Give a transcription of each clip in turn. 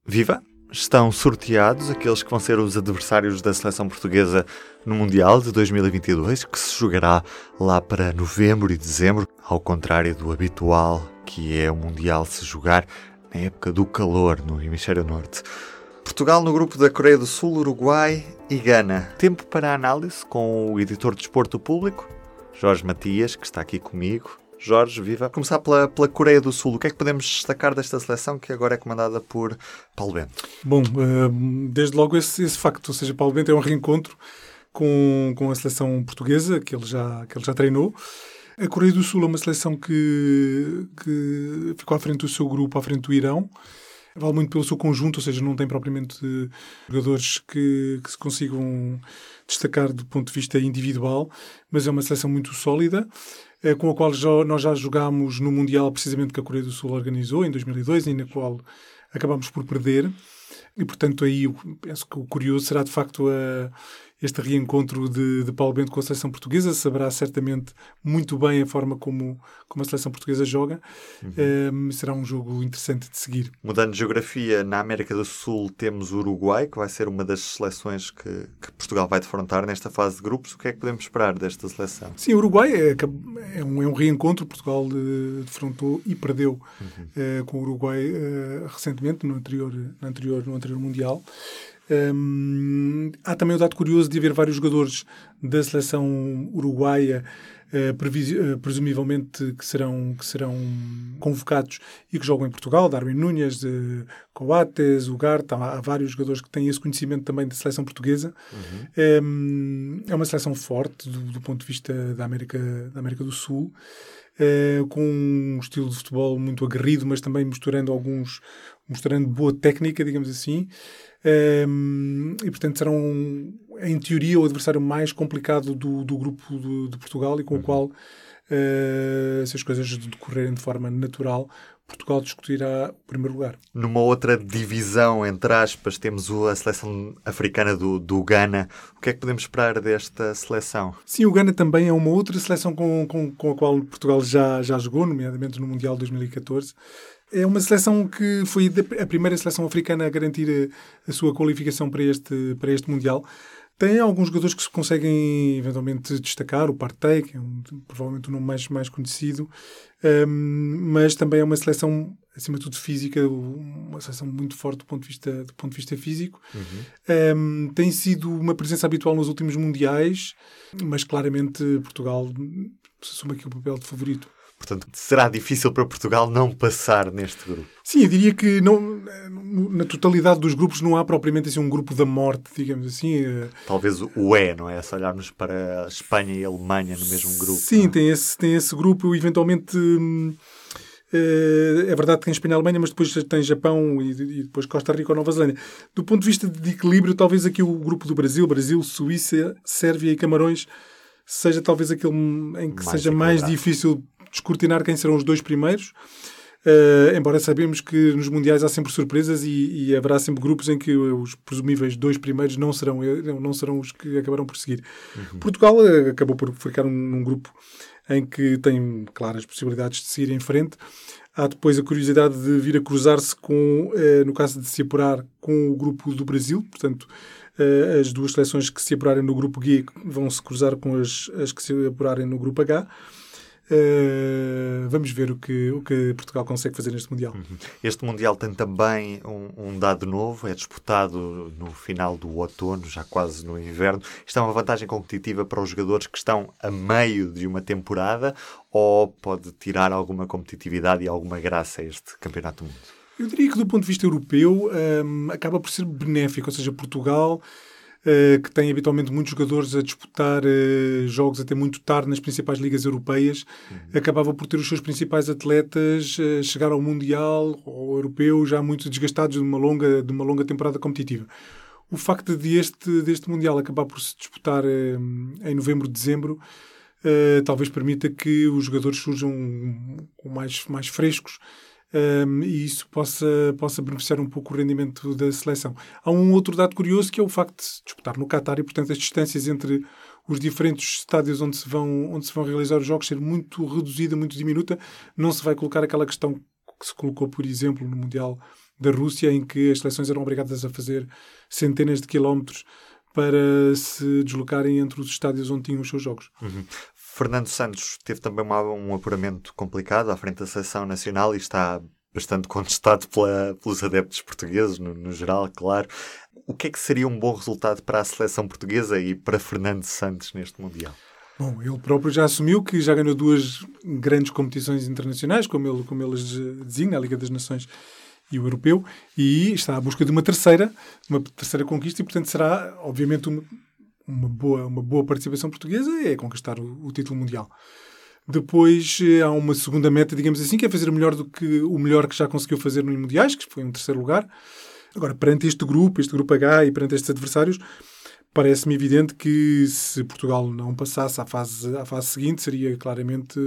Viva! Estão sorteados aqueles que vão ser os adversários da seleção portuguesa no Mundial de 2022, que se jogará lá para novembro e dezembro, ao contrário do habitual, que é o Mundial se jogar na época do calor no hemisfério norte. Portugal no grupo da Coreia do Sul, Uruguai e Gana. Tempo para a análise com o editor de Desporto Público, Jorge Matias, que está aqui comigo. Jorge, viva. Começar pela Coreia do Sul. O que é que podemos destacar desta seleção que agora é comandada por Paulo Bento? Bom, desde logo esse facto, ou seja, Paulo Bento é um reencontro com a seleção portuguesa que ele já treinou. A Coreia do Sul é uma seleção que ficou à frente do seu grupo, à frente do Irão. Vale muito pelo seu conjunto, ou seja, não tem propriamente jogadores que se consigam destacar do ponto de vista individual, mas é uma seleção muito sólida, com a qual nós já jogámos no Mundial precisamente que a Coreia do Sul organizou em 2002 e na qual acabámos por perder. E, portanto, aí eu penso que o curioso será, de facto, este reencontro de Paulo Bento com a seleção portuguesa. Saberá certamente muito bem a forma como a seleção portuguesa joga. Será um jogo interessante de seguir. Mudando de geografia, na América do Sul temos o Uruguai, que vai ser uma das seleções que Portugal vai defrontar nesta fase de grupos. O que é que podemos esperar desta seleção? Sim, o Uruguai é um reencontro. Portugal defrontou e perdeu com o Uruguai recentemente, no anterior Mundial. Há também o dado curioso de haver vários jogadores da seleção uruguaia presumivelmente que serão convocados e que jogam em Portugal. Darwin Núñez, Coates, Ugarte, há vários jogadores que têm esse conhecimento também da seleção portuguesa. É uma seleção forte do ponto de vista da América do Sul, com um estilo de futebol muito aguerrido, mas também mostrando boa técnica, digamos assim. E, portanto, serão, em teoria, o adversário mais complicado do grupo de Portugal e com o qual, se as coisas decorrerem de forma natural, Portugal discutirá o primeiro lugar. Numa outra divisão, entre aspas, temos a seleção africana do Ghana. O que é que podemos esperar desta seleção? Sim, o Ghana também é uma outra seleção com a qual Portugal já jogou, nomeadamente no Mundial de 2014. É uma seleção que foi a primeira seleção africana a garantir a sua qualificação para este Mundial. Tem alguns jogadores que se conseguem eventualmente destacar, o Partey, que é provavelmente o nome mais conhecido, mas também é uma seleção, acima de tudo, física, uma seleção muito forte do ponto de vista físico. Tem sido uma presença habitual nos últimos Mundiais, mas claramente Portugal assume aqui o papel de favorito. Portanto, será difícil para Portugal não passar neste grupo? Sim, eu diria que na totalidade dos grupos não há propriamente assim, um grupo da morte, digamos assim. Talvez não é? Se olharmos para a Espanha e a Alemanha no mesmo grupo. Sim, tem esse grupo. Eventualmente, é verdade que tem Espanha e Alemanha, mas depois tem Japão e depois Costa Rica ou Nova Zelândia. Do ponto de vista de equilíbrio, talvez aqui o grupo do Brasil, Suíça, Sérvia e Camarões, seja talvez aquele em que seja mais difícil descortinar quem serão os dois primeiros, embora sabemos que nos Mundiais há sempre surpresas e haverá sempre grupos em que os presumíveis dois primeiros não serão os que acabarão por seguir. Portugal acabou por ficar num grupo em que tem claras possibilidades de seguir em frente. Há depois a curiosidade de vir a cruzar-se no caso de se apurar com o grupo do Brasil, portanto as duas seleções que se apurarem no grupo G vão se cruzar com as que se apurarem no grupo H. Vamos ver o que Portugal consegue fazer neste Mundial. Este Mundial tem também um dado novo, é disputado no final do outono, já quase no inverno. Isto é uma vantagem competitiva para os jogadores que estão a meio de uma temporada ou pode tirar alguma competitividade e alguma graça a este Campeonato do Mundo? Eu diria que do ponto de vista europeu acaba por ser benéfico, ou seja, Portugal, que tem habitualmente muitos jogadores a disputar jogos até muito tarde nas principais ligas europeias, acabava por ter os seus principais atletas chegar ao Mundial ou ao Europeu já muito desgastados de uma longa temporada competitiva. O facto deste Mundial acabar por se disputar em novembro, dezembro, talvez permita que os jogadores surjam mais frescos, e isso possa beneficiar um pouco o rendimento da seleção. Há um outro dado curioso que é o facto de se disputar no Qatar e, portanto, as distâncias entre os diferentes estádios onde se vão realizar os jogos ser muito reduzida, muito diminuta. Não se vai colocar aquela questão que se colocou, por exemplo, no Mundial da Rússia, em que as seleções eram obrigadas a fazer centenas de quilómetros para se deslocarem entre os estádios onde tinham os seus jogos. Fernando Santos teve também um apuramento complicado à frente da seleção nacional e está bastante contestado pelos adeptos portugueses, no geral, claro. O que é que seria um bom resultado para a seleção portuguesa e para Fernando Santos neste Mundial? Bom, ele próprio já assumiu que já ganhou 2 grandes competições internacionais, como ele as designa, a Liga das Nações e o Europeu, e está à busca de uma terceira conquista, e portanto será, obviamente, uma boa participação portuguesa, é conquistar o título mundial. Depois há uma segunda meta, digamos assim, que é fazer melhor do que o melhor que já conseguiu fazer nos Mundiais, que foi um terceiro lugar. Agora, perante este grupo H e perante estes adversários, parece-me evidente que se Portugal não passasse à fase seguinte, seria claramente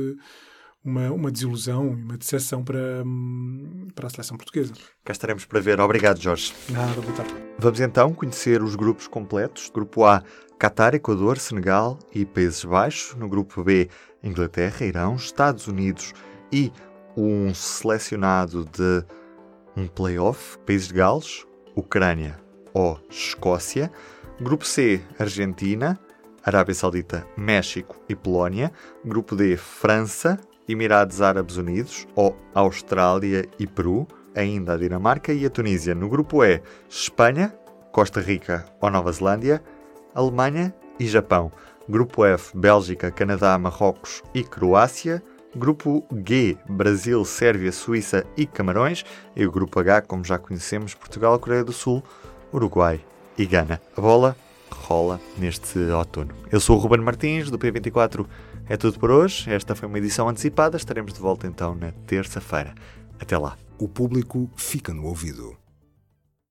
uma desilusão e uma decepção para a seleção portuguesa. Cá estaremos para ver. Obrigado, Jorge. Nada, boa tarde. Vamos então conhecer os grupos completos. Grupo A, Catar, Equador, Senegal e Países Baixos. No grupo B, Inglaterra, Irão, Estados Unidos e um selecionado de um play-off, Países de Gales, Ucrânia ou Escócia. Grupo C, Argentina, Arábia Saudita, México e Polónia. Grupo D, França, Emirados Árabes Unidos ou Austrália e Peru. Ainda a Dinamarca e a Tunísia. No grupo E, Espanha, Costa Rica ou Nova Zelândia, Alemanha e Japão. Grupo F, Bélgica, Canadá, Marrocos e Croácia. Grupo G, Brasil, Sérvia, Suíça e Camarões. E o grupo H, como já conhecemos, Portugal, Coreia do Sul, Uruguai e Gana. A bola rola neste outono. Eu sou o Ruben Martins, do P24. É tudo por hoje. Esta foi uma edição antecipada. Estaremos de volta então na terça-feira. Até lá. O público fica no ouvido.